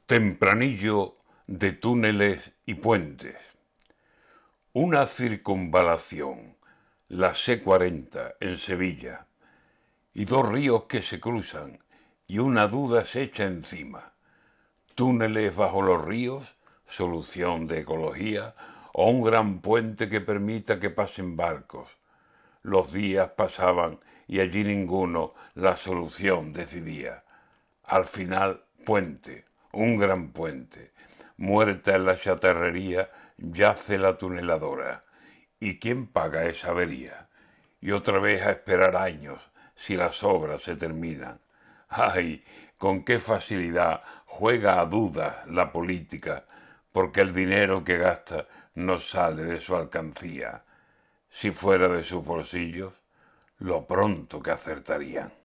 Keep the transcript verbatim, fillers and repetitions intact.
Tempranillo de túneles y puentes. Una circunvalación, la C cuarenta en Sevilla, y dos ríos que se cruzan, y una duda se echa encima. Túneles bajo los ríos, solución de ecología, o un gran puente que permita que pasen barcos. Los días pasaban y allí ninguno la solución decidía. Al final, puente, un gran puente. Muerta en la chatarrería yace la tuneladora. ¿Y quién paga esa avería? Y otra vez a esperar años si las obras se terminan. ¡Ay! Con qué facilidad juega a dudas la política, porque el dinero que gasta no sale de su alcancía. Si fuera de sus bolsillos, lo pronto que acertarían.